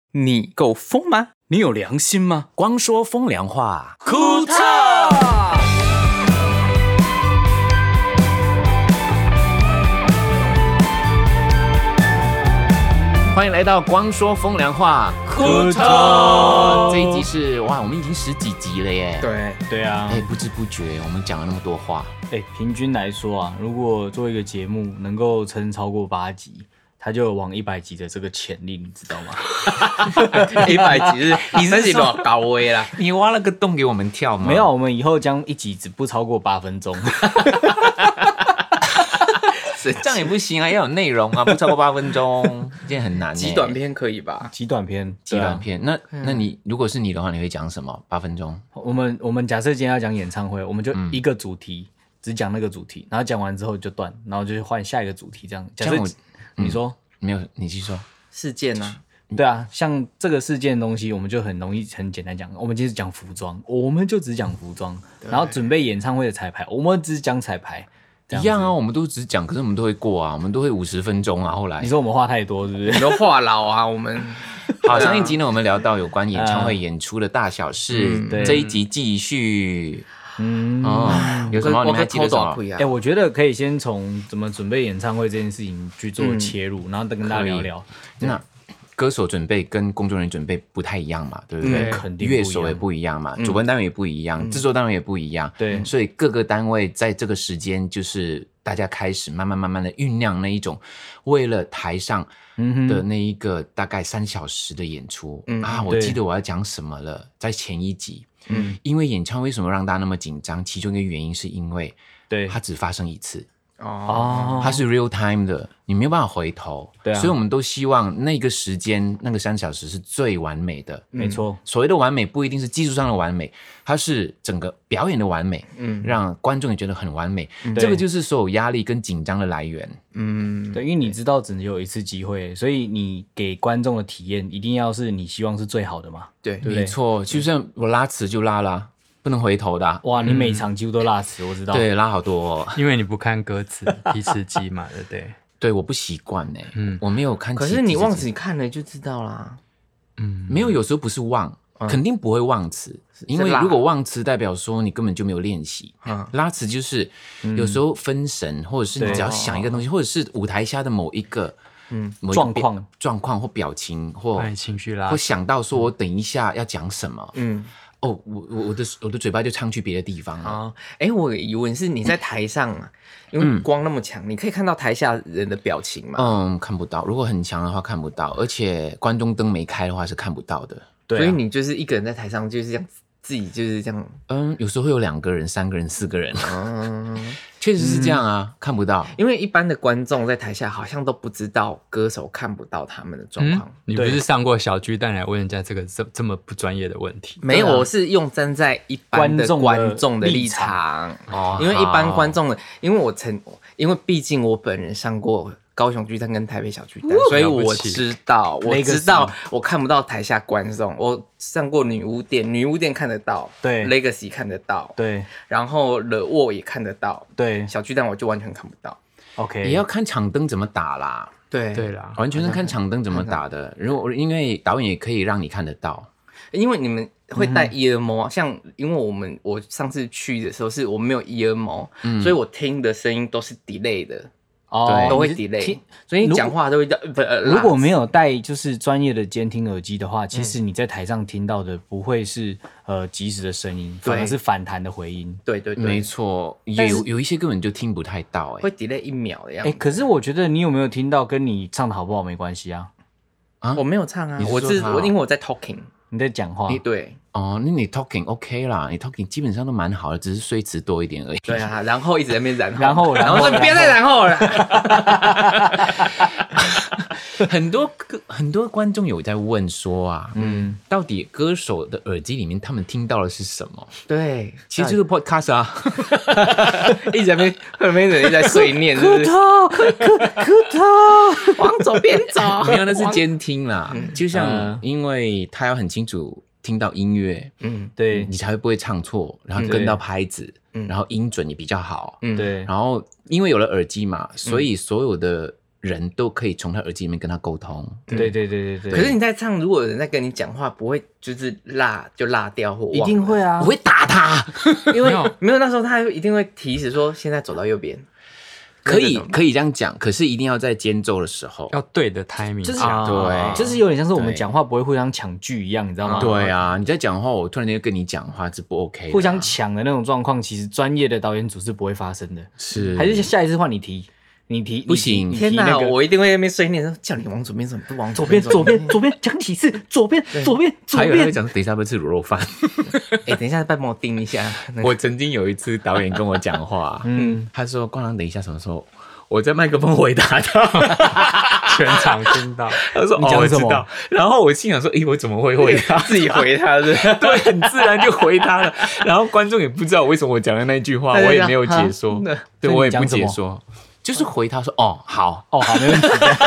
你够疯吗？你有良心吗？ 光说风凉话， 库特。 欢迎来到光说风凉话， 库特。 这一集是哇，我们已经10几集了耶。 对啊， 不知不觉我们讲了那么多话。 平均来说啊，如果做一个节目能够撑超过8集，它就有往100集的这个潜力，你知道吗 ？100集是你自己多高危啦？ 你挖了个洞给我们跳吗？ 没有，我们以后将一集只不超过8分钟。 这样也不行啊，要有内容啊，不超过8分钟，这很难。 极短篇可以吧？ 极短篇。 那你如果是你的话，你会讲什么？8分钟？ 我们假设今天要讲演唱会，我们就一个主题，只讲那个主题，然后讲完之后就断，然后就换下一个主题，这样。假设你说没有，你去说事件啊。 对啊，像这个事件的东西，我们就很容易很简单讲。我们今天讲服装，我们就只讲服装，然后准备演唱会的彩排，我们只讲彩排。 一样啊，我们都只讲，可是我们都会过啊，我们都会50分钟啊。后来你说我们话太多，是不是？ 你都话痨啊，我们。 好，上一集呢，我们聊到有关演唱会演出的大小事，这一集继续。有什么？你们还记得什么？ 我觉得可以先从怎么准备演唱会这件事情去做切入，然后再跟大家聊聊。 那歌手准备跟工作人员准备不太一样嘛，对不对？ 肯定乐手也不一样嘛，主办单位也不一样，制作单位也不一样。 对， 所以各个单位在这个时间，就是大家开始慢慢的酝酿那一种，为了台上的那一个大概3小时的演出我记得我要讲什么了，在前一集。因为演唱会为什么让大家那么紧张？其中一个原因是因为它只发生一次。它是 real time 的，你没有办法回头，所以我们都希望那个时间那个3小时是最完美的。 没错， 所谓的完美不一定是技术上的完美，它是整个表演的完美，让观众也觉得很完美。这个就是所有压力跟紧张的来源。 对，因为你知道只能有一次机会，所以你给观众的体验一定要是你希望是最好的嘛。 对， 没错，就算我拉词就拉啦。不能回头的哇！你每场几乎都拉词，我知道。 对，拉好多因为你不看歌词提词机嘛，对不对？ 对，我不习惯我没有看。 可是你忘词，你看了就知道啦。 没有时候不是忘，肯定不会忘词，因为如果忘词，代表说你根本就没有练习。拉词就是有时候分神，或者是你只要想一个东西，或者是舞台下的某一个状况或表情，或情绪拉， 或想到说我等一下要讲什么。我的嘴巴就唱去别的地方了。 我以为是你在台上因为光那么强，你可以看到台下人的表情吗？ 看不到。如果很强的话看不到，而且关中灯没开的话是看不到的。 对所以你就是一个人在台上就是这样，自己就是这样。 有时候会有2个人、3个人、4个人。确实是这样啊，看不到。 因为一般的观众在台下好像都不知道歌手看不到他们的状况。 你不是上过小巨蛋来问人家这个这么不专业的问题？ 没有，我是用站在一般的观众的立场。因为一般观众的，因为毕竟我本人上过高雄巨蛋跟台北小巨蛋，所以我知道我看不到台下观众。我上过女巫店看得到， 对 ，Legacy 看得到， 对， 然后 The Wall 也看得到， 对， 小巨蛋我就完全看不到。 OK， 也要看场灯怎么打啦。 对啦， 完全是看场灯怎么打的。因为导演也可以让你看得到， 因为你们会戴 ear mod，像因为我上次去的时候是我没有 ear mod，所以我听的声音都是 delay 的。 对， 都会 delay， 所以你讲话都会如果没有戴就是专业的监听耳机的话，其实你在台上听到的不会是即时的声音，反而是反弹的回音。 对， 没错，有一些根本就听不太到， 会 delay 1秒的样子。 可是我觉得你有没有听到跟你唱的好不好没关系啊。 我没有唱啊，因为我在 talking。 你在讲话， 对那你 talking OK 啦，你 talking 基本上都蛮好的，只是说辞多一点而已。 对啊，然后一直在那边然后说别再然后了。 很多观众有在问说到底歌手的耳机里面他们听到的是什么？ 对， 其实就是 podcast 啊， 一直在那边人在碎念，是不是？ 磕头， 往左边走。 没有，那是监听啦。就像因为他要很清楚听到音乐， 对， 你才会不会唱错，然后跟到拍子，然后音准也比较好， 对。 然后因为有了耳机嘛，所以所有的人都可以从他耳机里面跟他沟通。 对。 可是你在唱，如果有人在跟你讲话，不会就是落掉或忘了？ 一定会啊， 我会打他， 因为没有那时候他一定会提示说现在走到右边。 可以这样讲，可是一定要在间奏的时候要对的 timing， 对， 就是有点像是我们讲话不会互相抢句一样，你知道吗？ 对啊，你在讲话，我突然间跟你讲话，这不 OK 的。 互相抢的那种状况，其实专业的导演组是不会发生的。 是， 还是下一次换你提， 不行！ 天哪，我一定会在那边碎念说，叫你往左边走，不往左边，讲几次，左边。 还有他会讲，等一下要不要吃卤肉饭？ 等一下帮我盯一下。 我曾经有一次导演跟我讲话，他说光良等一下什么时候？我在麦克风回答他， 全场听到。 他说：“我知道。”然后我心想说：“我怎么会回他？ 自己回他的， 对，很自然就回他了。然后观众也不知道为什么我讲的那句话，我也没有解说，对我也不解说，就是回他说：‘好， 没问题。’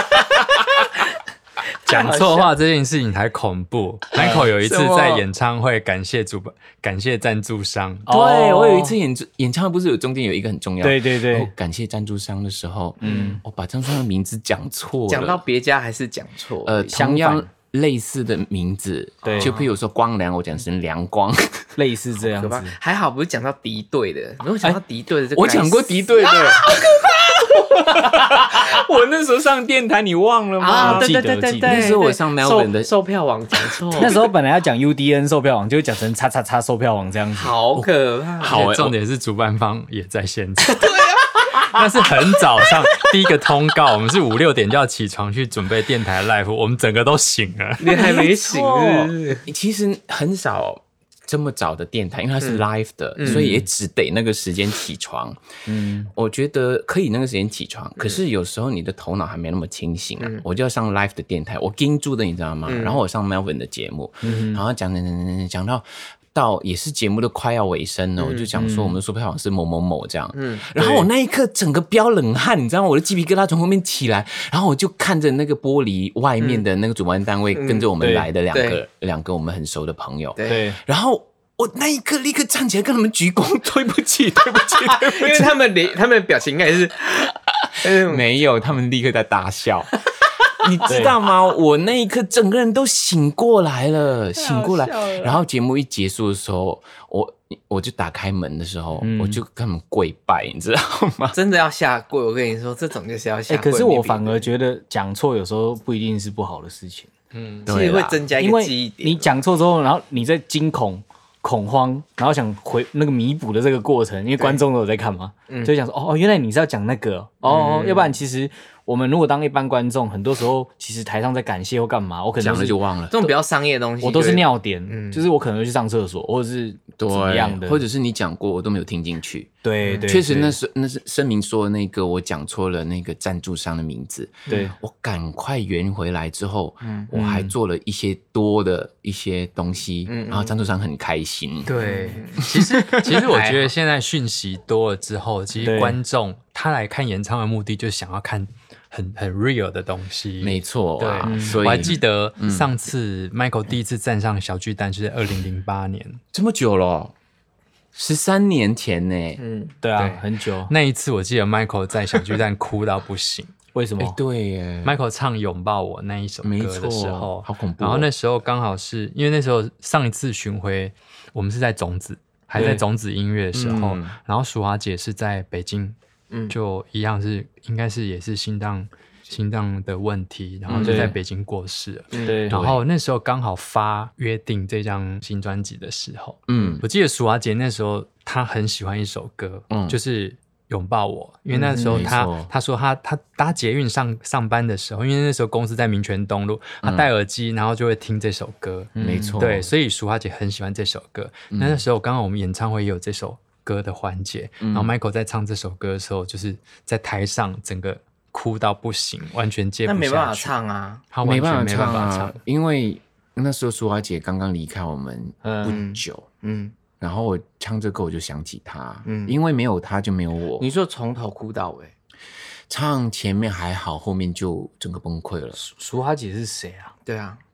讲错话这件事情才恐怖。Michael 有一次在演唱会感谢赞助商， 对我有一次演唱会不是有中间有一个很重要， 对， 感谢赞助商的时候，我把赞助商的名字讲错了， 讲到别家还是讲错， 同样类似的名字， 对， 就譬如说光良，我讲成亮光， 类似这样子。 还好不是讲到敌对的，如果讲到敌对的，这我讲过敌对的，好可怕！我那时候上电台，你忘了吗？ 对， 那时候我上 Melbourne 的售票网讲错， 那时候本来要讲 UDN 售票网，就会讲成XXX售票网这样子， 好可怕。 好，重点是主办方也在现场。对啊，那是很早上第一个通告，我们是5、6点就要起床去准备电台 live， 我们整个都醒了。 你还没醒是？ 其实很少这么早的电台，因为它是 live 的，所以也只得那个时间起床。我觉得可以那个时间起床，可是有时候你的头脑还没那么清醒啊。我就要上 live 的电台，我盯住的你知道吗？然后我上 Melvin 的节目，然后讲到也是节目都快要尾声了，我就讲说我们的售票网是某某某这样，然后我那一刻整个飙冷汗，你知道吗？我的鸡皮疙瘩从后面起来，然后我就看着那个玻璃外面的那个主办单位跟着我们来的两个我们很熟的朋友， 对， 然后我那一刻立刻站起来跟他们鞠躬，对不起， 因为他们的表情应该是没有，他们立刻在大笑。你知道吗？我那一刻整个人都醒过来了，然后节目一结束的时候，我就打开门的时候，我就跟他们跪拜，你知道吗？ 真的要下跪，我跟你说，这种就是要下跪。 可是我反而觉得讲错有时候不一定是不好的事情， 其实会增加一个记忆点。 你讲错之后，然后你在恐慌，然后想回那个弥补的这个过程，因为观众都有在看嘛，就想说原来你是要讲那个要不然其实我们如果当一般观众，很多时候其实台上在感谢或干嘛，我可能讲了就忘了， 这种比较商业的东西， 我都是尿点，就是我可能会去上厕所，或者是怎么样的， 或者是你讲过我都没有听进去。 对， 确实那是声明说那个我讲错了那个赞助商的名字， 对，我赶快圆回来之后，我还做了一些多的一些东西，然后赞助商很开心。 对，其实我觉得现在讯息多了之后，其实观众他来看演唱会的目的就是想要看很 real 的东西， 没错。 对， 所以我还记得上次 Michael 第一次站上小巨蛋是在2008年， 这么久了，13年前呢。 对啊，很久。 那一次我记得 Michael 在小巨蛋哭到不行。 为什么？ 对耶 ，Michael 唱《拥抱我》那一首歌的时候， 好恐怖。 然后那时候刚好是因为那时候上一次巡回，我们是在种子，还在种子音乐的时候，然后淑华姐是在北京，就一样是应该是也是心脏的问题，然后就在北京过世了。 对， 然后那时候刚好发《约定》这张新专辑的时候，我记得淑华姐那时候她很喜欢一首歌，就是拥抱我，因为那时候他说他搭捷运上班的时候，因为那时候公司在民权东路，他戴耳机然后就会听这首歌， 没错， 对，所以淑华姐很喜欢这首歌。那时候刚好我们演唱会也有这首歌的环节，然后 Michael 在唱这首歌的时候，就是在台上整个哭到不行，完全接不下去。 那没办法唱啊， 他完全没办法唱， 因为那时候淑华姐刚刚离开我们不久，然后我唱这歌我就想起他，因为没有他就没有我。 你说从头哭到尾， 唱前面还好，后面就整个崩溃了。 淑华姐是谁啊？ 对啊，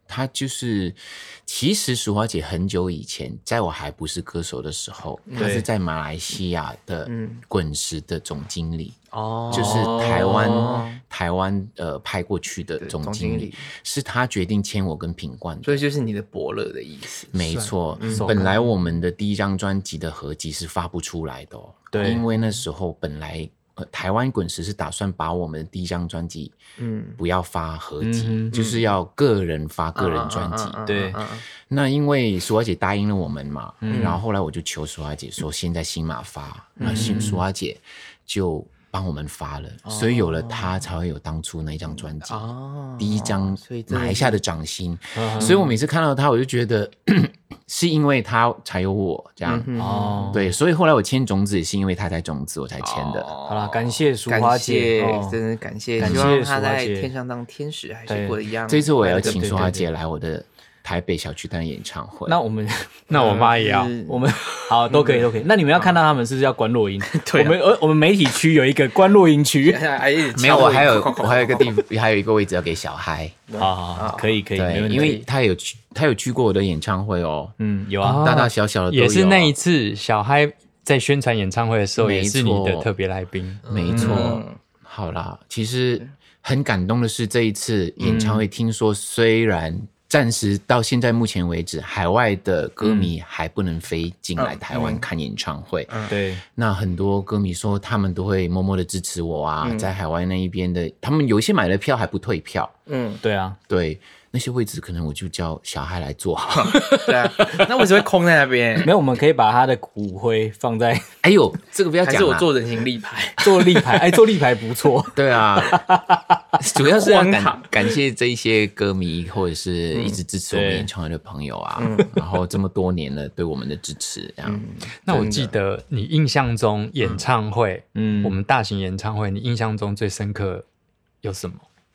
他就是其实淑华姐很久以前，在我还不是歌手的时候，她是在马来西亚的滚石的总经理，就是台湾派过去的总经理，是他决定签我跟品冠的， 所以就是你的伯乐的意思。 没错，本来我们的第一张专辑的合集是发不出来的对，因为那时候本来台湾滚石是打算把我们的第一张专辑不要发合集，就是要个人发个人专辑。 对， 那因为淑华姐答应了我们嘛，然后后来我就求淑华姐说先在新马发，那淑华姐就帮我们发了，所以有了她才会有当初那一张专辑，第一张埋下的掌心。所以我每次看到她，我就觉得是因为她才有我这样。对，所以后来我签种子也是因为她在种子我才签的。 好啦，感谢淑华姐， 真的感谢，希望她在天上当天使还是过得一样。 这次我也要请淑华姐来我的台北小巨蛋演唱会。 那我妈也要，我们好都可以。那你们要看到他们是不是要关落音？对，我们媒体区有一个关落音区， 没有，我还有一个地方，还有一个位置要给小孩。 好，可以， 因为他有去过我的演唱会哦。 有啊， 大大小小的都有。 也是那一次小孩在宣传演唱会的时候，也是你的特别来宾。 没错。好啦，其实很感动的是这一次演唱会，听说虽然暂时到现在目前为止，海外的歌迷还不能飞进来台湾看演唱会。 对， 那很多歌迷说他们都会默默的支持我啊，在海外那一边的，他们有一些买了票还不退票。 对啊， 对，那些位置可能我就叫小孩来坐。 对啊，那为什么会空在那边？ 没有，我们可以把他的骨灰放在。 哎呦，这个不要讲，还是我做人形立牌， 做立牌，做立牌不错。 对啊，主要是要感谢这一些歌迷或者是一直支持我们演唱会的朋友啊，然后这么多年了对我们的支持，这样。 那我记得你印象中演唱会，我们大型演唱会，你印象中最深刻有什么？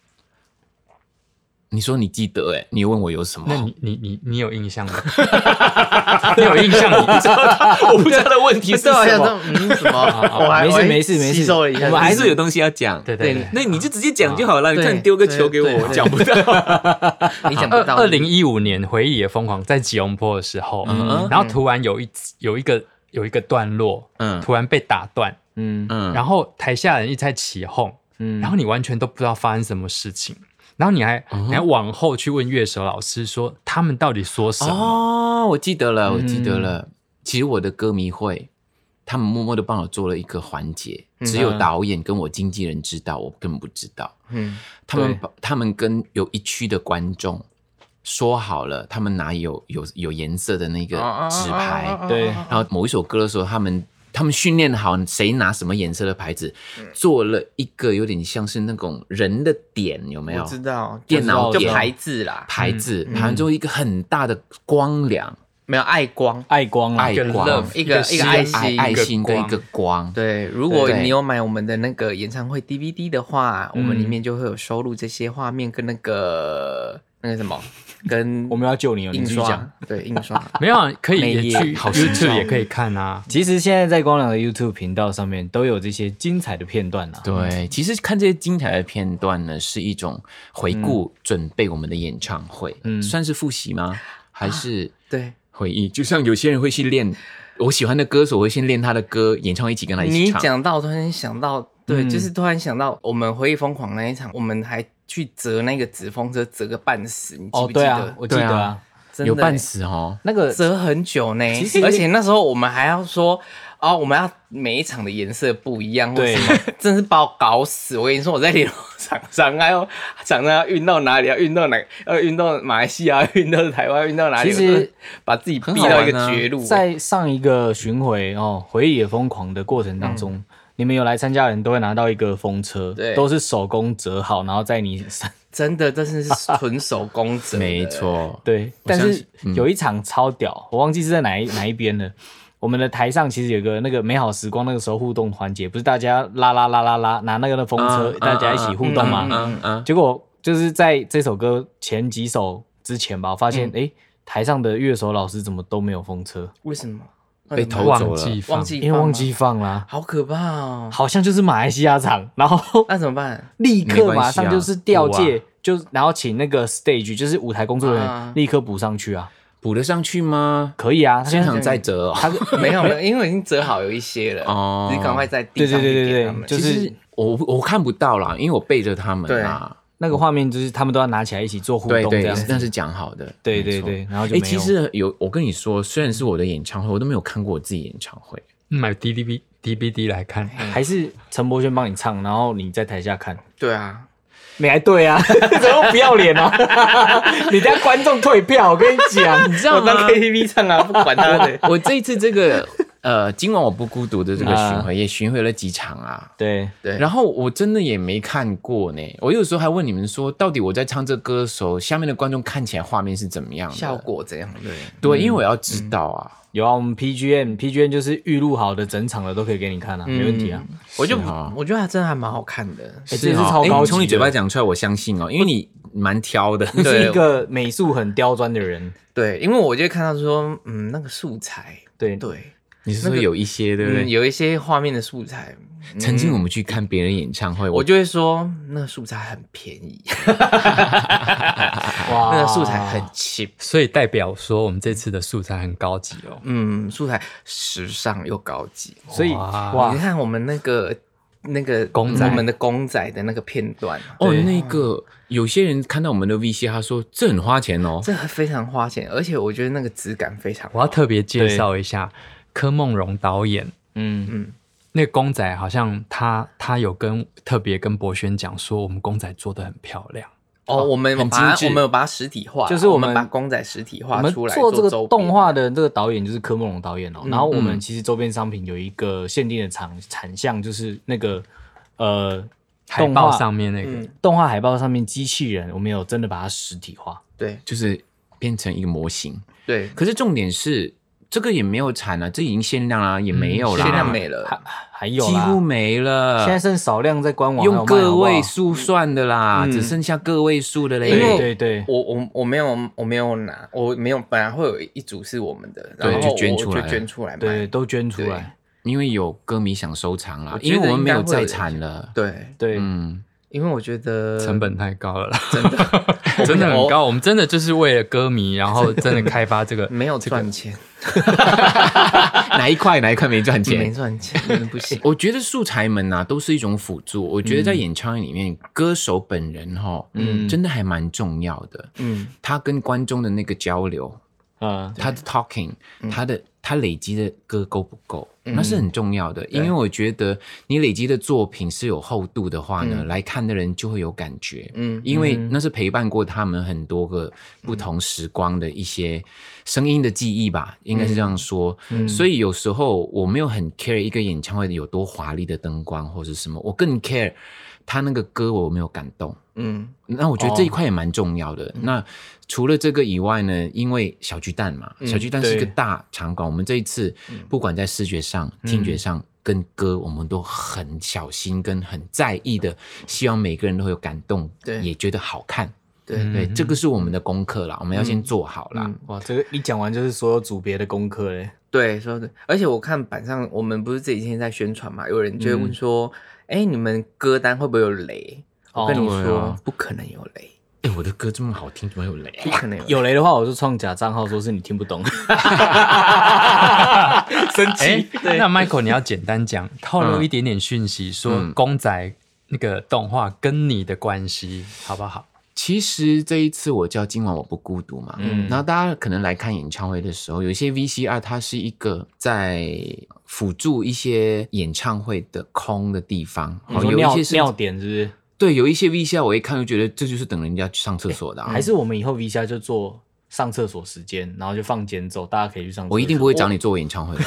你说你记得你问我有什么？ 那你有印象吗？你有印象？ 我不知道的问题是什么？ 什么？ 没事， 吸收了一下， 我们还是有东西要讲。 对， 那你就直接讲就好了。你看丢个球给我，讲不到。 你讲不到。 2015年回忆也疯狂在吉隆坡的时候，然后突然有一个段落，突然被打断，然后台下人一直在起哄，然后你完全都不知道发生什么事情。然后你还往后去问乐手老师说他们到底说什么？ 我记得了。其实我的歌迷会，他们默默的帮我做了一个环节，只有导演跟我经纪人知道，我根本不知道。他们跟有一区的观众说好了，他们拿有颜色的那个纸牌， 对， 然后某一首歌的时候，他们训练好谁拿什么颜色的牌子，做了一个有点像是那种人的点，有没有？ 我知道， 电脑点就牌子啦， 牌子之后一个很大的光亮， 没有爱光，一个爱心的一个光。 对，如果你有买我们的那个演唱会 DVD 的话，我们里面就会有收录这些画面跟那个什么。跟我们要救你， 印刷，对，印刷没有可以也去 YouTube 也可以看啊。 其实现在在光良的 YouTube 频道上面都有这些精彩的片段啊。 对，其实看这些精彩的片段呢，是一种回顾，准备我们的演唱会，算是复习吗？还是对回忆？就像有些人会去练我喜欢的歌手，我会先练他的歌，演唱会一起跟他一起唱。 你讲到，突然想到，对，就是突然想到我们回忆疯狂那一场，我们还去折那个纸风车，折个半死，你记不记得？ 对啊，我记得啊， 有半死哦， 那个折很久呢。而且那时候我们还要说，我们要每一场的颜色不一样，对，真是把我搞死。我跟你说，我在联络厂商，还有厂商要运到哪里，要运到运到马来西亚，运到台湾，运到哪里？ 其实把自己逼到一个绝路。 在上一个巡回回忆也疯狂的过程当中。你们有来参加的人都会拿到一个风车，都是手工折好，然后在你真的这是纯手工折的， 没错， 对。但是有一场超屌，我忘记是在哪一边了。我们的台上其实有个那个美好时光，那个时候互动环节，不是大家拉拿那个风车，大家一起互动嘛？结果就是在这首歌前几首之前吧，我发现台上的乐手老师怎么都没有风车？ 为什么？ 被偷走了， 因为忘记放啦， 好可怕哦！ 好像就是马来西亚场，然后那怎么办？ 立刻马上就是调界，就然后请那个 stage 就是舞台工作人员立刻补上去啊。 补得上去吗？ 可以啊， 现场再折他没有，因为已经折好有一些了哦，你赶快在地上给他们。 就是我看不到啦，因为我背着他们啊。 那个画面就是他们都要拿起来一起做互动，这样那是讲好的。 对，然后就其实我跟你说，虽然是我的演唱会，我都没有看过我自己演唱会， 买 DVD 来看， 还是陈柏轩帮你唱，然后你在台下看。 对啊。 没还对啊，怎么不要脸啊？你等下观众退票，我跟你讲， 你知道吗？我当 KTV 唱啊，不管他的。 我这一次这个今晚我不孤独的这个巡回也巡回了几场啊。 对。 然后我真的也没看过呢。我有时候还问你们说，到底我在唱这歌的时候，下面的观众看起来画面是怎么样的？ 效果怎样？ 对，因为我要知道啊。 有啊，我们 PGM 就是预录好的整场的都可以给你看啊，没问题啊。 我觉得它真的还蛮好看的， 这是超高级的。 从你嘴巴讲出来，我相信哦，因为你蛮挑的， 你是一个美术很刁钻的人。 对，因为我就看到说，那个素材，对。 你是说有一些对不对？ 有一些画面的素材。 曾经我们去看别人演唱会， 我就会说那个素材很便宜，哇，那个素材很 cheap， 所以代表说我们这次的素材很高级哦。 素材时尚又高级， 所以哇，你看我们那个公仔，我们的公仔的那个片段哦，那个有些人看到我们的 VC， 他说这很花钱哦， 这非常花钱，而且我觉得那个质感非常好。 我要特别介绍一下柯梦荣导演，那个公仔好像他有特别跟柏轩讲说，我们公仔做得很漂亮哦，我们有把它实体化， 就是我们把公仔实体化出来。 做这个动画的这个导演就是柯梦荣导演哦，然后我们其实周边商品有一个限定的产项，就是那个海报上面那个动画海报上面机器人，我们有真的把它实体化， 对， 就是变成一个模型。 对， 可是重点是。这个也没有产啊，这已经限量啦，也没有啦， 限量没了， 还有几乎没了， 现在剩少量在官网用个位数算的啦，只剩下个位数的嘞。 对， 我没有拿，我没有，本来会有一组是我们的，然后就捐出来， 对，都捐出来， 因为有歌迷想收藏啦，因为我们没有再产了， 对，因为我觉得成本太高了啦，真的很高。我们真的就是为了歌迷，然后真的开发这个， 没有赚钱。 哪一块没赚钱？ 没赚钱，真的不行。 我觉得素材们啊都是一种辅助。我觉得在演唱会里面，歌手本人真的还蛮重要的。他跟观众的那个交流，他的 talking，他累积的歌够不够？那是很重要的，因为我觉得你累积的作品是有厚度的话呢，来看的人就会有感觉。因为那是陪伴过他们很多个不同时光的一些声音的记忆吧，应该是这样说。所以有时候我没有很 care 一个演唱会有多华丽的灯光或是什么，我更 care 他那个歌我有没有感动。那我觉得这一块也蛮重要的。那除了这个以外呢，因为小巨蛋嘛，小巨蛋是一个大场馆，我们这一次不管在视觉上、听觉上跟歌，我们都很小心跟很在意的，希望每个人都会有感动，也觉得好看。对，这个是我们的功课啦，我们要先做好啦。 哇，这个一讲完就是所有组别的功课嘞。 对，说的。而且我看板上，我们不是这几天在宣传嘛，有人就会问说，你们歌单会不会有雷？我跟你说，不可能有雷。 我的歌这么好听，怎么有雷？ 不可能有雷的话，我就创假账号，说是你听不懂。生气。 那 Michael， 你要简单讲，透露一点点讯息，说公仔那个动画跟你的关系好不好？ 其实这一次我叫今晚我不孤独嘛，然后大家可能来看演唱会的时候，有一些 VCR 它是一个在辅助一些演唱会的空的地方， 有一些尿点是不是？ 对，有一些 VCR 我一看就觉得这就是等人家去上厕所的。 还是我们以后 VCR 就做上厕所时间，然后就放间奏，大家可以去上厕所。 我一定不会找你做演唱会。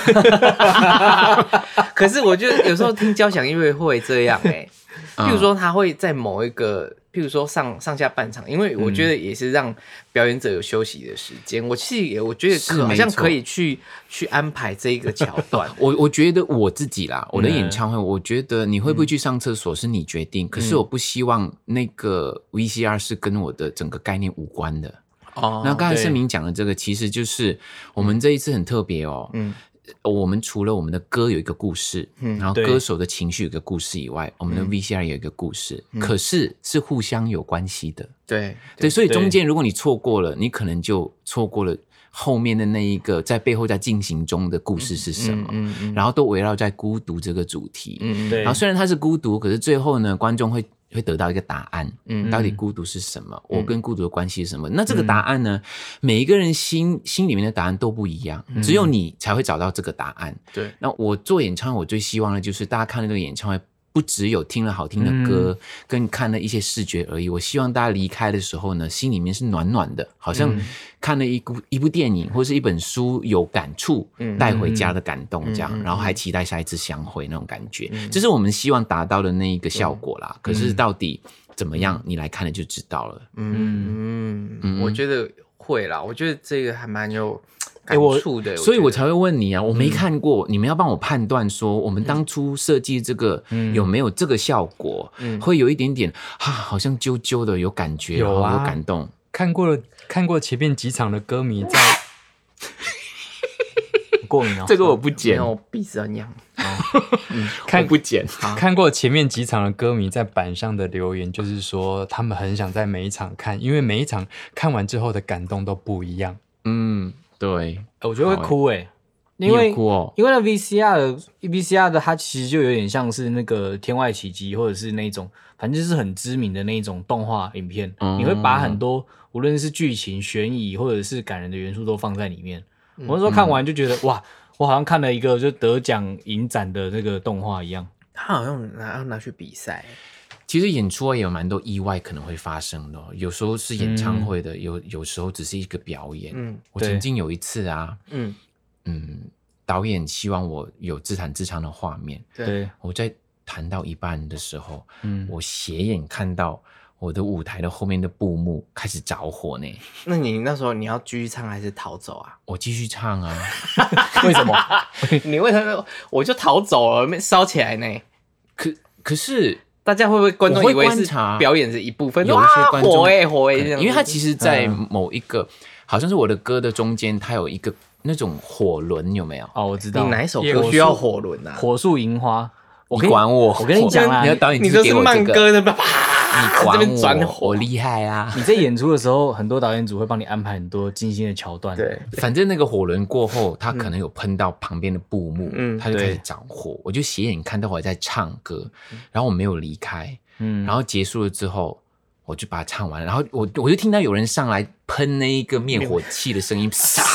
可是我觉得有时候听交响音乐会这样譬如说他会在某一个，譬如说上下半场，因为我觉得也是让表演者有休息的时间。我其实我觉得好像可以去安排这一个桥段。 我觉得我自己啦，我的演唱会，我觉得你会不会去上厕所是你决定，可是我不希望那个 VCR 是跟我的整个概念无关的。那刚才盛明讲的这个，其实就是我们这一次很特别我们除了我们的歌有一个故事，然后歌手的情绪有一个故事以外，我们的 VCR 有一个故事，可是是互相有关系的。 对， 所以中间如果你错过了，你可能就错过了后面的那一个在背后在进行中的故事是什么，然后都围绕在孤独这个主题。然后虽然它是孤独，可是最后呢，观众会得到一个答案，到底孤独是什么，我跟孤独的关系是什么。那这个答案呢，每一个人心里面的答案都不一样，只有你才会找到这个答案。 对， 那我做演唱会，我最希望的就是大家看了这个演唱会，不只有听了好听的歌，跟看了一些视觉而已。我希望大家离开的时候呢，心里面是暖暖的，好像看了一部电影或是一本书，有感触带回家的感动这样，然后还期待下一次相会那种感觉，这是我们希望达到的那一个效果啦。可是到底怎么样，你来看了就知道了。 我觉得会啦，我觉得这个还蛮有感触的， 所以我才会问你啊，我没看过，你们要帮我判断说，我们当初设计这个有没有这个效果，会有一点点好像揪揪的有感觉，有感动。 看过前面几场的歌迷在过敏哦， 这个我不剪， 我鼻子很痒。 不剪。 看过前面几场的歌迷在板上的留言，就是说他们很想在每一场看，因为每一场看完之后的感动都不一样。 对， 我觉得会哭因为那 VCR 的它其实就有点像是那个天外奇迹，或者是那种反正就是很知名的那种动画影片，你会把很多无论是剧情、悬疑或者是感人的元素都放在里面。我那时候看完就觉得哇，我好像看了一个就得奖影展的那个动画一样。 他好像要拿去比赛。 其实演出也有蛮多意外可能会发生的，有时候是演唱会的，有时候只是一个表演。我曾经有一次啊，导演希望我有自弹自唱的画面， 对， 我在弹到一半的时候，我斜眼看到我的舞台的后面的布幕开始着火呢。 那你那时候你要继续唱还是逃走啊？ 我继续唱啊。 为什么？ 你为什么我就逃走了，没烧起来呢？ 可是大家会不会观众以为是表演的一部分？ 有一些观众火这样， 因为他其实在某一个好像是我的歌的中间，它有一个那种火轮，有没有？ 我知道。 你哪一首歌需要火轮啊？ 火树银花。 你管我跟你讲啦， 你要导演你这是慢歌的吧？ 你管我厉害啊！ 你在演出的时候，很多导演组会帮你安排很多精心的桥段。 对， 反正那个火轮过后，它可能有喷到旁边的布幕，它就开始着火。我就斜眼看到我在唱歌，然后我没有离开，然后结束了之后，我就把它唱完了，然后我就听到有人上来喷那一个灭火器的声音，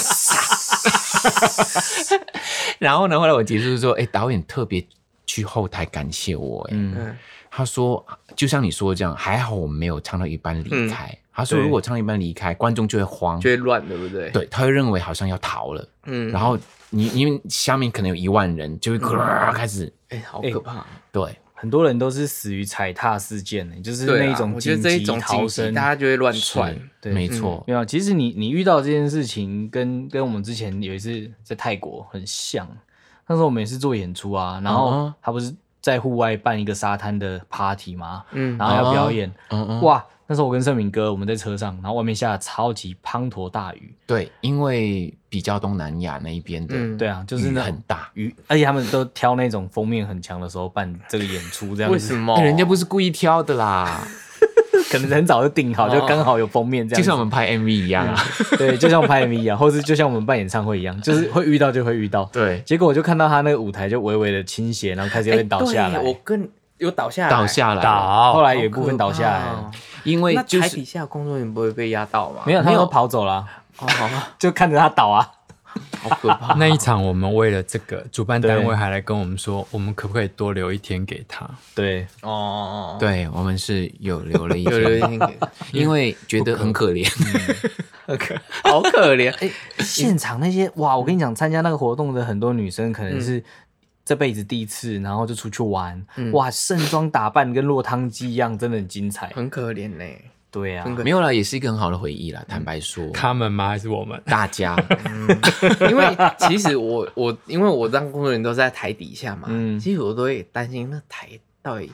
然后呢，后来我结束说，导演特别去后台感谢我，他说就像你说的这样，还好我没有唱到一半离开。他说如果唱到一半离开，观众就会慌， 就会乱，对不对？ 对，他会认为好像要逃了。然后因为下面可能有10000人，就会开始， 好可怕。 对， 很多人都是死于踩踏事件就是那一种紧急逃生， 大家就会乱窜。 对， 没错。 没有，其实你遇到这件事情跟我们之前有一次在泰国很像。那时候我们也是做演出啊，然后他不是在户外办一个沙滩的 party 嘛，然后要表演，哇，那时候我跟盛敏哥我们在车上，然后外面下了超级滂沱大雨。 对，因为比较东南亚那一边的， 对啊，就是那很大雨，而且他们都挑那种风面很强的时候办这个演出，这样子。 为什么？ 人家不是故意挑的啦。 可能很早就定好，就刚好有封面这样， 就像我们拍 MV 一样啊。 对，就像我们拍 MV 一样，或是就像我们办演唱会一样，就是会遇到就会遇到。 对， 结果我就看到他那个舞台就微微的倾斜，然后开始有点倒下来。 我有倒下来， 后来有一部分倒下来， 因为那台底下工作人员不会被压到吗？ 没有，他们都跑走了。就看着他倒啊。 好可怕！ 那一场我们为了这个，主办单位还来跟我们说，我们可不可以多留1天给他？ 对， 对，我们是有留了1天给他，因为觉得很可怜， 好可怜。 现场那些哇，我跟你讲，参加那个活动的很多女生可能是这辈子第一次，然后就出去玩，哇，盛装打扮跟落汤鸡一样，真的很精彩， 很可怜呢。 对啊， 没有啦，也是一个很好的回忆啦。坦白说， 他们吗？还是我们？ 大家， 因为其实因为我当工作人员都在台底下嘛，其实我都会担心那台到底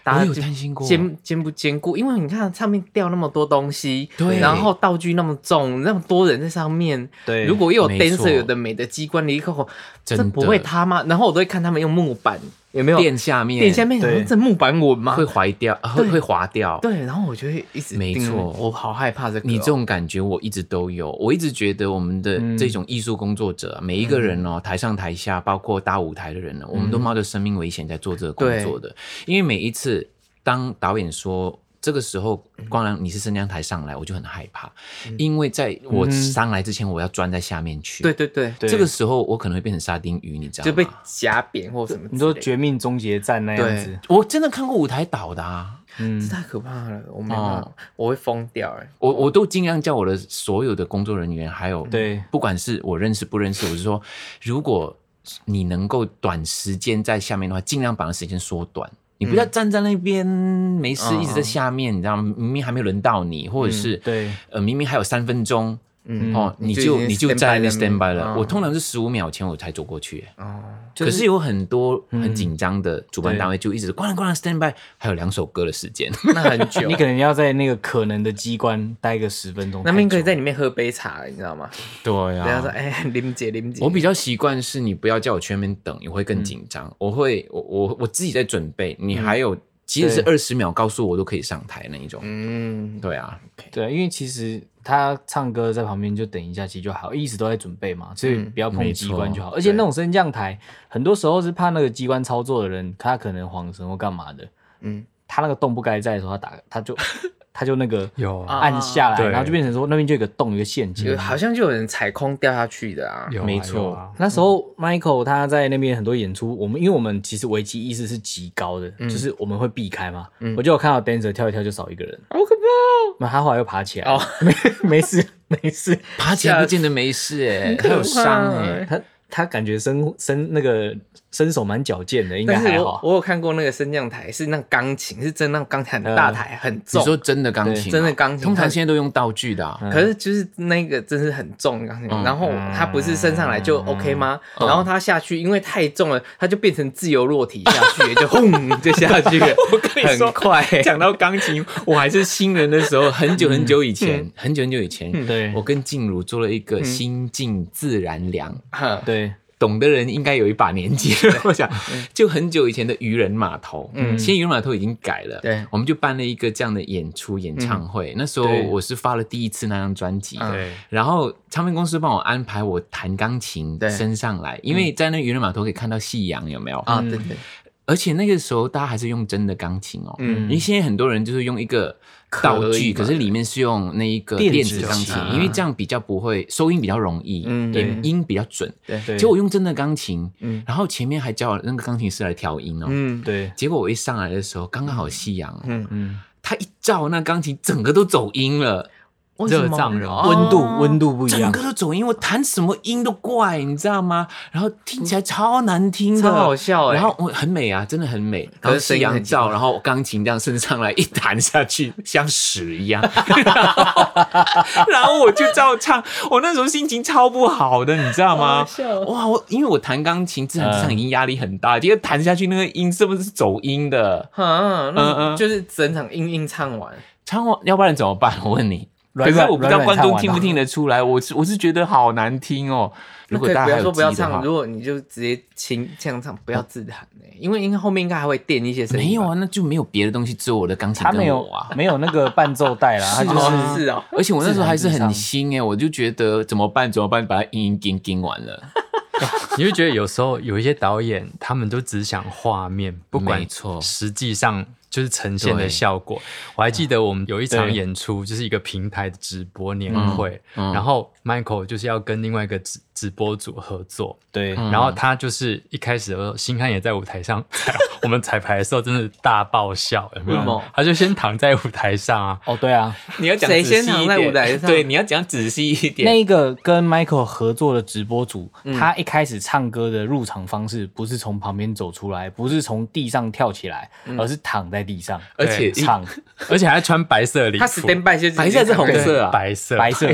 大家有担心过坚不坚固？因为你看上面掉那么多东西， 对， 然后道具那么重，那么多人在上面， 对， 如果又有 dancer 有的美的机关离口，这不会塌吗？然后我都会看他们用木板。有没有垫下面？ 这木板稳吗？ 会坏掉，会滑掉。 对，然后我就会一直没错， 我好害怕这个。 你这种感觉我一直都有，我一直觉得我们的这种艺术工作者，每一个人哦，台上台下，包括搭舞台的人呢，我们都冒着生命危险在做这个工作的。因为每一次当导演说，这个时候光良你是升降台上来，我就很害怕，因为在我上来之前，我要钻在下面去。 对， 这个时候我可能会变成沙丁鱼，你知道吗？ 就被夹扁或什么。 你说绝命终结战那样子， 我真的看过舞台倒的啊。 这太可怕了，我没有，我会疯掉哎！ 我都尽量叫我的所有的工作人员，还有不管是我认识不认识，我是说，如果你能够短时间在下面的话，尽量把那时间缩短。你不要站在那边没事，一直在下面，你知道吗？明明还没轮到你，或者是明明还有3分钟，你就在那 stand by 了。我通常是15秒前我才走过去。可是有很多很紧张的主办单位就一直关了 stand by， 还有2首歌的时间， 那很久。 你可能要在那个可能的机关待个10分钟， 那边可以在里面喝杯茶，你知道吗？ 对呀。 人家说林姐， 我比较习惯是你不要叫我去那边等，你会更紧张。我自己在准备，你还有即使是20秒告诉我都可以上台那一种。对啊， 对，因为其实他唱歌在旁边就等一下其实就好，一直都在准备嘛，所以不要碰机关就好。而且那种升降台很多时候是怕那个机关操作的人他可能晃神或干嘛的，他那个洞不该在的时候他就那个按下来，然后就变成说那边就有个洞，有一个陷阱， 好像就有人踩空掉下去的啊。 没错，那时候 Michael 他在那边很多演出，因为我们其实危机意识是极高的，就是我们会避开嘛。我就有看到 dancer 跳一跳就少一个人，好可怕。那他后来又爬起来，没事， 爬起来不见得没事他有伤他感觉那个身手蛮矫健的，应该还好。 我有看过那个升降台，是那钢琴，是真那钢琴很大台，很重。 你说真的钢琴？ 真的钢琴， 通常现在都用道具的。 可是就是那个真是很重的钢琴，然后它不是升上来就 OK 吗？然后它下去，因为太重了，它就变成自由落体下去，就轰就下去了。 我跟你说， 很快。 讲到钢琴，我还是新人的时候，很久以前， 对， 我跟静茹做了一个心静自然凉。 对。 懂的人应该有一把年纪了，我想就很久以前的渔人码头，现在渔人码头已经改了， 对， 我们就办了一个这样的演唱会。那时候我是发了第一次那张专辑，然后唱片公司帮我安排我弹钢琴升上来，因为在那渔人码头可以看到夕阳，有没有？ 对。 而且那个时候大家还是用真的钢琴因为现在很多人就是用一个道具，可是里面是用那一个电子钢琴，因为这样比较不会收音比较容易，音比较准。结果我用真的钢琴，然后前面还叫那个钢琴师来调音对。 结果我一上来的时候，刚刚好夕阳他一照那钢琴，整个都走音了。 热胀冷，温度不一样， 整个都走音，我弹什么音都怪，你知道吗？然后听起来超难听的， 超好笑然后很美啊，真的很美。然后夕阳照，然后钢琴这样升上来，一弹下去像屎一样。然后我就照唱，我那时候心情超不好的，你知道吗？哇，因为我弹钢琴自然上已经压力很大，结果弹下去那个音是不是走音的？ 就是整场硬唱完， 要不然怎么办？我问你。可是我不知道观众听不听得出来，我是觉得好难听哦。如果大家不要唱，如果你就直接这样唱，不要自弹因为后面应该还会垫一些声音。 没有啊，那就没有别的东西，只有我的钢琴跟我啊， 没有那个伴奏带啦，它就是啊。 而且我那时候还是很新我就觉得怎么办，把它音完了。 你会觉得有时候有一些导演，他们都只想画面，不管实际上就是呈现的效果。我还记得我们有一场演出，就是一个平台的直播年会，然后 Michael 就是要跟另外一个直播组合作， 对， 然后他就是一开始的时候，星汉也在舞台上，我们彩排的时候真的大爆笑，有没有？他就先躺在舞台上啊， 对啊， 你要讲谁先躺在舞台上？ 对，你要讲仔细一点。 那个跟 Michael 合作的直播组，他一开始唱歌的入场方式不是从旁边走出来，不是从地上跳起来，而是躺在地上， 而且唱， 而且还穿白色礼服。 他 stand by 就是白色是红色啊， 白色。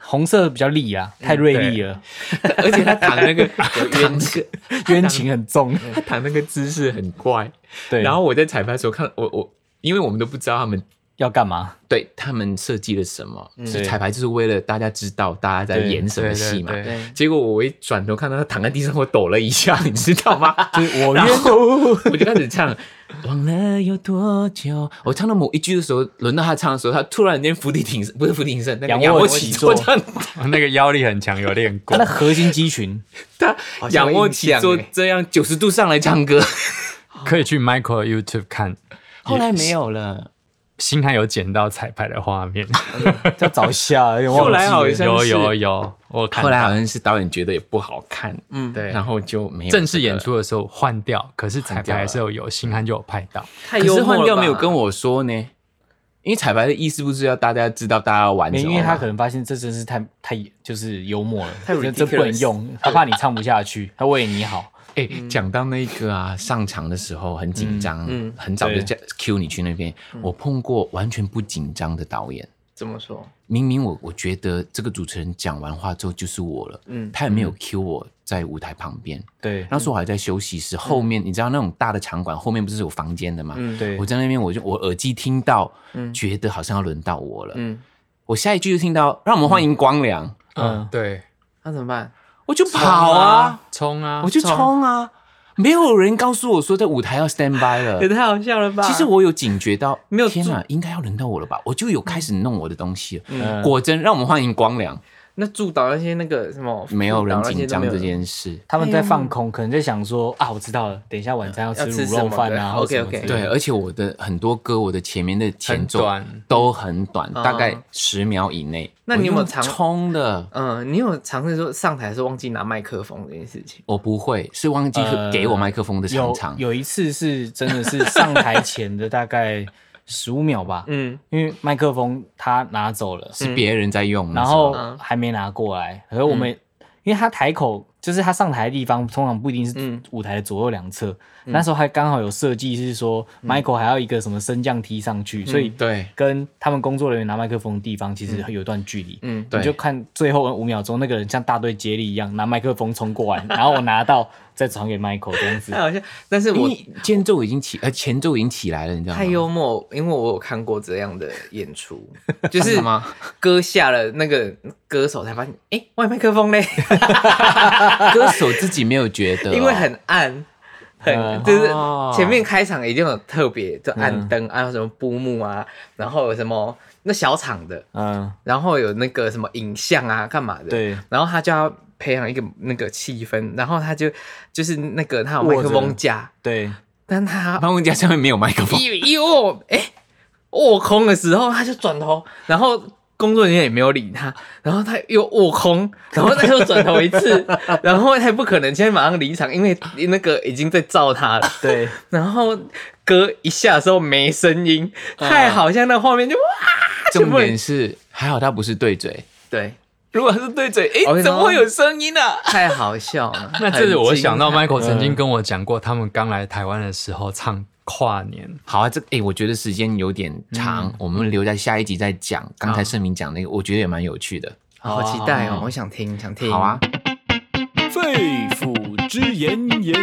红色比较利啊，太锐利了， 而且他躺那个冤情很重， 他躺那个姿势很怪。 对， 然后我在彩排的时候看因为我们都不知道他们要干嘛， 对他们设计了什么，彩排就是为了大家知道大家在演什么戏嘛。结果我一转头看到他躺在地上，我抖了一下，你知道吗？ 就是我我就开始唱。忘了有多久，我唱到某一句的时候，轮到他唱的时候，他突然间不是伏地挺身，那个仰卧起坐这样， 那个腰力很强，有练过。 他的核心肌群， 他仰卧起坐这样90度上来唱歌， 可以去 Michael YouTube 看。 后来没有了。 星汉有剪到彩排的画面， 要找一下。 后来好像有，我看。 后来好像是导演觉得也不好看， 对， 然后就没有正式演出的时候换掉，可是彩排还是有星汉就有拍到。 可是换掉没有跟我说呢，因为彩排的意思不是要大家知道大家要玩什么， 因为他可能发现这真是太就是幽默了，这不能用，他怕你唱不下去，他为你好。 讲到那个啊，上场的时候很紧张，很早就Q 你去那边。我碰过完全不紧张的导演。 怎么说？ 明明我觉得这个主持人讲完话之后就是我了，他也没有 Q 我在舞台旁边。 对， 那时候我还在休息室后面，你知道那种大的场馆后面不是有房间的吗？ 对， 我在那边我耳机听到，觉得好像要轮到我了。我下一句就听到让我们欢迎光良。 对， 那怎么办？ 我就跑啊， 冲啊， 我就冲啊！没有人告诉我说在舞台要 stand by 了， 也太好笑了吧！ 其实我有警觉到， 没有天哪，应该要轮到我了吧？我就有开始弄我的东西了。果真，让我们欢迎光良。 那助导那些那个什么， 没有人紧张这件事， 他们在放空，可能在想说啊，我知道了，等一下晚餐要吃卤肉饭啊。 OK， 对，而且我的很多歌，我的前面的前奏都很短，大概10秒以内。 那你有没有冲的？ 你有尝试说上台的时候忘记拿麦克风这件事情？ 我不会，是忘记给我麦克风的常常。 有一次是真的是上台前的大概15秒吧，因为麦克风他拿走了， 是别人在用， 然后还没拿过来。可是我们，因为他台口就是他上台的地方，通常不一定是舞台的左右两侧。那时候还刚好有设计是说，Michael 还要一个什么升降梯上去，所以对， 跟他们工作人员拿麦克风的地方其实有一段距离。 对， 你就看最后5秒钟，那个人像大队接力一样拿麦克风冲过来，然后我拿到再传给 Michael 这样子。 好像，但是我前奏已经起来了，你知道吗？ 太幽默，因为我有看过这样的演出，就是歌下了那个歌手才发现，外麦克风嘞， 歌手自己没有觉得， 因为很暗。就是前面开场已经有特别就暗灯，还有什么布幕啊，然后有什么那小场的，然后有那个什么影像啊，干嘛的？ 对，然后他就要培养一个那个气氛，然后他就是那个他有麦克风架， 对， 但他麦克风架上面没有麦克风， 握空的时候他就转头，然后工作人员也没有理他，然后他又握空，然后他又转头一次，然后他也不可能现在马上离场，因为那个已经在照他了。 对， 然后歌一下的时候没声音，太好像那画面就哇！ 重点是还好他不是对嘴， 对， 如果他是对嘴，怎么会有声音呢？ 太好笑了。 那这是我想到 Michael 曾经跟我讲过，他们刚来台湾的时候唱跨年。 好啊，我觉得时间有点长，我们留在下一集再讲。刚才盛明讲那个，我觉得也蛮有趣的， 好期待哦！我想听。 好啊， 肺腑之言。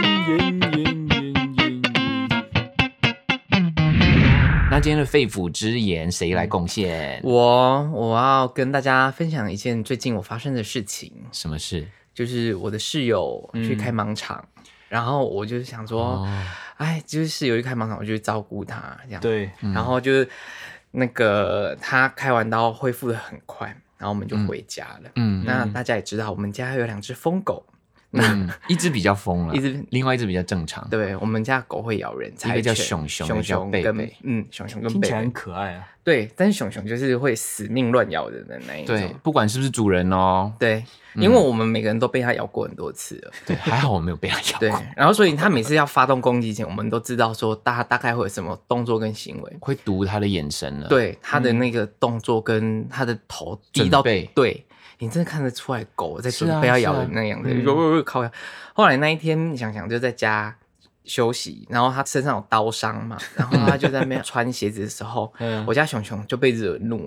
那今天的肺腑之言谁来贡献？ 我要跟大家分享一件最近我发生的事情。 什么事？ 就是我的室友去开盲场，然后我就想说，就是室友去开盲场，我就去照顾他这样。 对， 然后就是那个他开完刀恢复的很快，然后我们就回家了。那大家也知道，我们家有2只疯狗。 一只比较疯了，另外一只比较正常。 对，我们家狗会咬人， 一个叫熊熊，一个叫贝贝。 熊熊跟贝贝听起来很可爱啊。 对，但是熊熊就是会死命乱咬人的那一种。 对，不管是不是主人哦。 对，因为我们每个人都被它咬过很多次了。 对，还好我没有被它咬过。 对，然后所以它每次要发动攻击前，我们都知道说大概会有什么动作跟行为， 会读它的眼神了。 对，它的那个动作跟它的头低到对。你真的看得出来狗在准备要咬人那样子，靠呀！后来那一天想就在家休息，然后他身上有刀伤嘛，然后他就在那边穿鞋子的时候，我家熊熊就被惹怒了，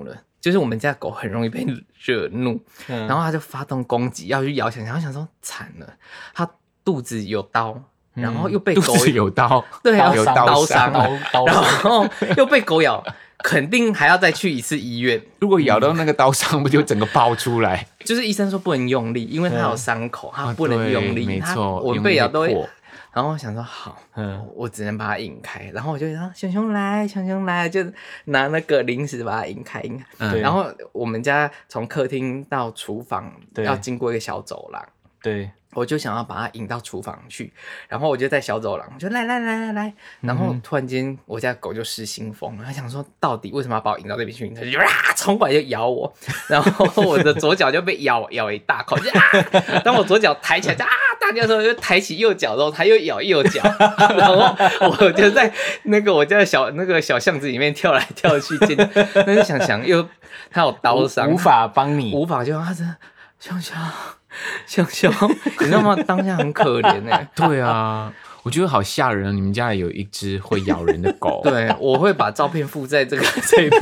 就是我们家的狗很容易被惹怒，然后它就发动攻击要去咬小强，想说惨了，它肚子有刀。然后又被狗有刀， 对啊， 有刀伤， 然后又被狗咬，肯定还要再去一次医院。 如果咬到那个刀伤，不就整个爆出来？ 就是医生说不能用力，因为它有伤口，它不能用力。 没错， 我被咬都会。然后我想说好，我只能把它引开。然后我就说熊熊来，熊熊来，就拿那个零食把它引开。然后我们家从客厅到厨房要经过一个小走廊。 对。 我就想要把它引到厨房去，然后我就在小走廊，就来，然后突然间我家狗就失心疯了，他想说到底为什么要把我引到这边去？他就冲过来就咬我，然后我的左脚就被咬一大口，就当我左脚抬起来就大叫的时候，就抬起右脚之后，它又咬右脚，然后我就在那个我家的小巷子里面跳来跳去，但是想又它有刀伤， 无法帮你， 无法就他真的熊熊，你知道吗？当下很可怜哎。 对啊，我觉得好吓人。你们家有一只会咬人的狗。 对，我会把照片附在这片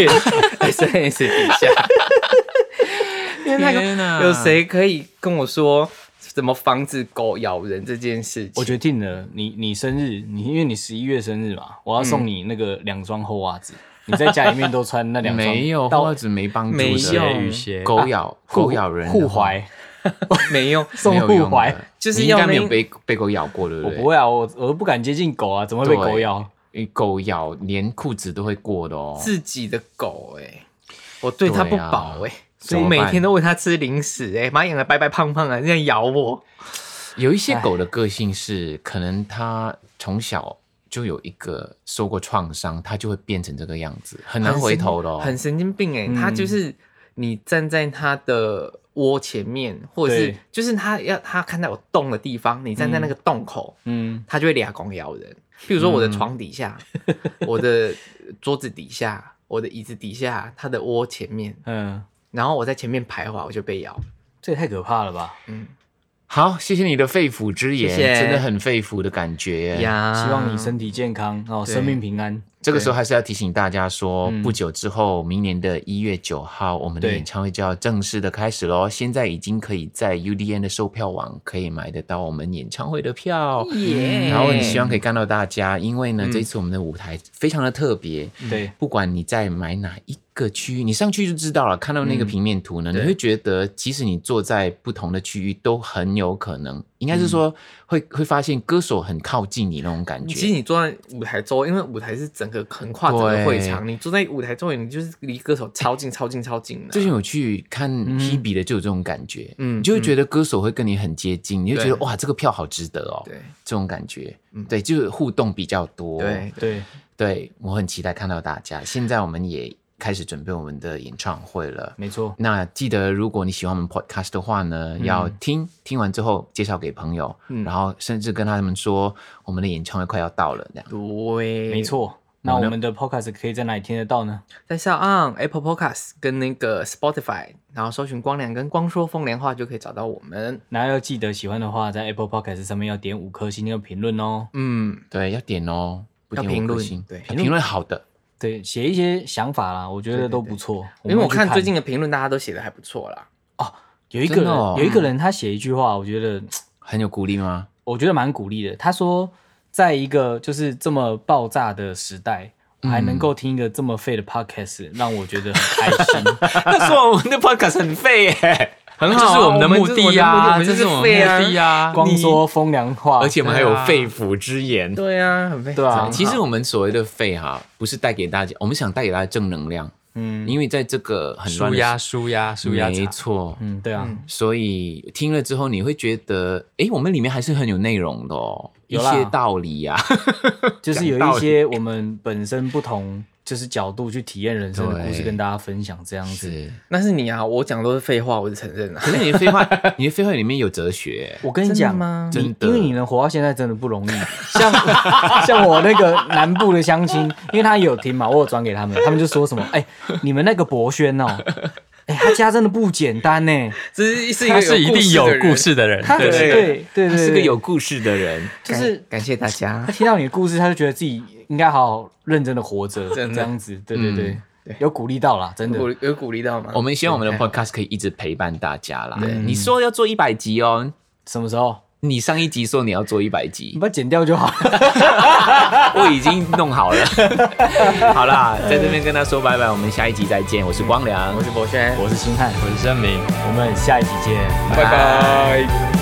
SNS 底下。因为那个有谁可以跟我说怎么防止狗咬人这件事情？ 我决定了，你生日，因为你11月生日嘛，我要送你那个2双厚袜子。你在家里面都穿那2双， 没有厚袜子没帮助的， 没用。 雨鞋， 狗咬人护踝。 没用， 送护踝， 就是你应该没有被狗咬过，对不对？ 我不会啊，我都不敢接近狗啊，怎么会被狗咬？ 狗咬连裤子都会过的哦。 自己的狗我对它不薄所以我每天都喂它吃零食妈养得白白胖胖的，这样咬我。 有一些狗的个性是，可能它从小就有一个受过创伤，它就会变成这个样子，很难回头的很神经病它就是你站在它的窝前面，或者是就是他看到有洞的地方，你站在那个洞口，他就会俩拱咬人。譬如说我的床底下，我的桌子底下，我的椅子底下，他的窝前面，然后我在前面徘徊，我就被咬， 这也太可怕了吧？ 好，谢谢你的肺腑之言， 谢谢真的很肺腑的感觉呀。 希望你身体健康生命平安。 这个时候还是要提醒大家说，不久之后，明年的1月9号，我们的演唱会就要正式的开始咯。现在已经可以在 UDN 的售票网可以买得到我们演唱会的票，然后很希望可以看到大家，因为呢，这次我们的舞台非常的特别， 对， 不管你在买哪一个区域，你上去就知道了。看到那个平面图呢，你会觉得，即使你坐在不同的区域，都很有可能，应该是说会发现歌手很靠近你那种感觉。 其实你坐在舞台周围，因为舞台是整个横跨整个会场，你坐在舞台周围，你就是离歌手超近的。 最近我去看 Hebe 的就有这种感觉，你就会觉得歌手会跟你很接近，你会觉得哇，这个票好值得哦，对，这种感觉，对，就是互动比较多，对，我很期待看到大家。现在我们也开始准备我们的演唱会了， 没错。 那记得，如果你喜欢我们 podcast 的话呢，要听完之后介绍给朋友，然后甚至跟他们说我们的演唱会快要到了，这样。 对， 没错。那我们的 podcast 可以在哪里听得到呢？ 在 SoundOn、Apple Podcast 跟那个 Spotify， 然后搜寻光良跟光说风凉话就可以找到我们。 然后要记得喜欢的话，在 Apple Podcast 上面要点5颗星要评论哦。 对，要点哦，不点5颗星， 对， 评论好的。 对，写一些想法啦，我觉得都不错。 因为我看最近的评论，大家都写的还不错啦。 有一个人他写一句话，我觉得很有鼓励吗？ 我觉得蛮鼓励的。他说，在一个就是这么爆炸的时代，还能够听一个这么废的 podcast， 让我觉得很开心。 他说我们的 podcast 很废耶。 很好， 这是我们的目的呀， 这是我们目的呀。 光说风凉话， 而且我们还有肺腑之言。 对啊，很废。 对啊， 其实我们所谓的废不是带给大家，我们想带给大家正能量。因为在这个很乱的舒压， 没错。 对啊。 所以听了之后，你会觉得，我们里面还是很有内容的哦，一些道理啊， 就是有一些我们本身不同。就是角度去体验人生的故事，跟大家分享这样子。 那是你啊，我讲的都是废话，我是承认啊。 可是你的废话，你的废话里面有哲学。 我跟你讲吗？ 因为你能活到现在真的不容易。像我那个南部的乡亲，因为他也有听嘛，我有转给他们，他们就说什么，你们那个博轩哦。他家真的不简单呢， 这是一个一定有故事的人， 对， 他是个有故事的人， 就是感谢大家。 他听到你的故事，他就觉得自己应该好好认真的活着，这样子，对。 有鼓励到啦，真的有鼓励到吗？ 我们希望我们的 podcast 可以一直陪伴大家啦。你说要做100集哦， 什么时候？ 你上一集说你要做100集， 你把它剪掉就好。 我已经弄好了。好啦，在这边跟他说拜拜，我们下一集再见。我是光良， 我是博轩， 我是星汉， 我是盛明， 我们下一集见， 拜拜。